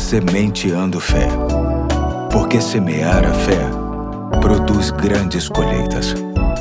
Sementeando Fé. Porque semear a fé produz grandes colheitas.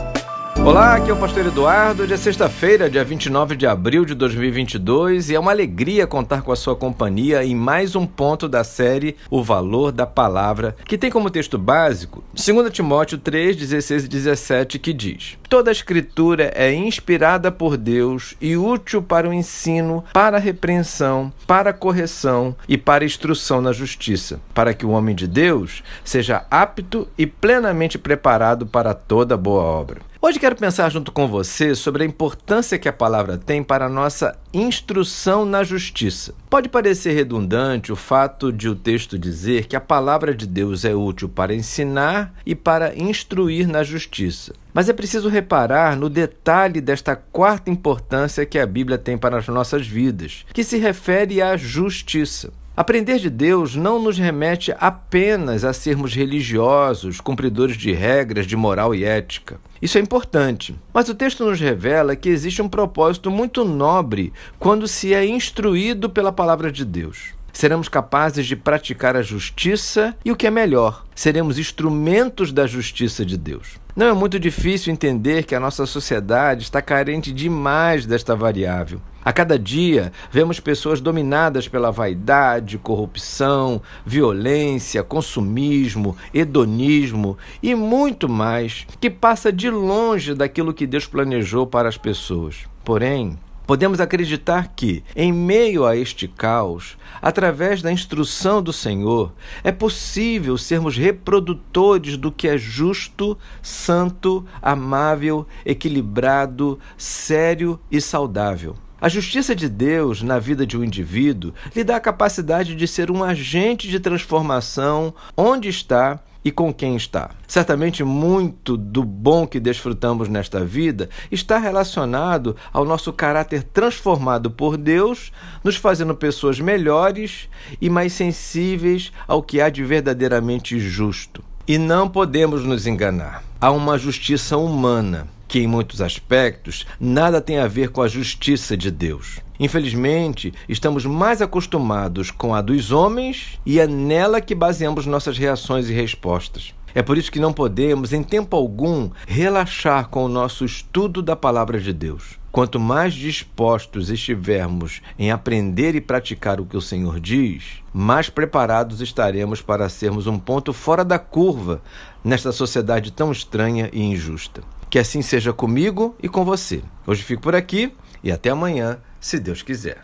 Olá, aqui é o Pastor Eduardo. Hoje é sexta-feira, dia 29 de abril de 2022 e é uma alegria contar com a sua companhia em mais um ponto da série O Valor da Palavra, que tem como texto básico 2 Timóteo 3, 16 e 17, que diz: Toda a Escritura é inspirada por Deus e útil para o ensino, para a repreensão, para a correção e para a instrução na justiça, para que o homem de Deus seja apto e plenamente preparado para toda boa obra. Hoje quero pensar junto com você sobre a importância que a palavra tem para a nossa instrução na justiça. Pode parecer redundante o fato de o texto dizer que a palavra de Deus é útil para ensinar e para instruir na justiça. Mas é preciso reparar no detalhe desta quarta importância que a Bíblia tem para as nossas vidas, que se refere à justiça. Aprender de Deus não nos remete apenas a sermos religiosos, cumpridores de regras de moral e ética. Isso é importante, mas o texto nos revela que existe um propósito muito nobre quando se é instruído pela palavra de Deus. Seremos capazes de praticar a justiça e, o que é melhor, seremos instrumentos da justiça de Deus. Não é muito difícil entender que a nossa sociedade está carente demais desta variável. A cada dia, vemos pessoas dominadas pela vaidade, corrupção, violência, consumismo, hedonismo e muito mais, que passa de longe daquilo que Deus planejou para as pessoas. Porém, podemos acreditar que, em meio a este caos, através da instrução do Senhor, é possível sermos reprodutores do que é justo, santo, amável, equilibrado, sério e saudável. A justiça de Deus na vida de um indivíduo lhe dá a capacidade de ser um agente de transformação onde está e com quem está. Certamente muito do bom que desfrutamos nesta vida está relacionado ao nosso caráter transformado por Deus, nos fazendo pessoas melhores e mais sensíveis ao que há de verdadeiramente justo. E não podemos nos enganar. Há uma justiça humana que, em muitos aspectos, nada tem a ver com a justiça de Deus. Infelizmente, estamos mais acostumados com a dos homens e é nela que baseamos nossas reações e respostas. É por isso que não podemos, em tempo algum, relaxar com o nosso estudo da palavra de Deus. Quanto mais dispostos estivermos em aprender e praticar o que o Senhor diz, mais preparados estaremos para sermos um ponto fora da curva nesta sociedade tão estranha e injusta. Que assim seja comigo e com você. Hoje fico por aqui e até amanhã, se Deus quiser.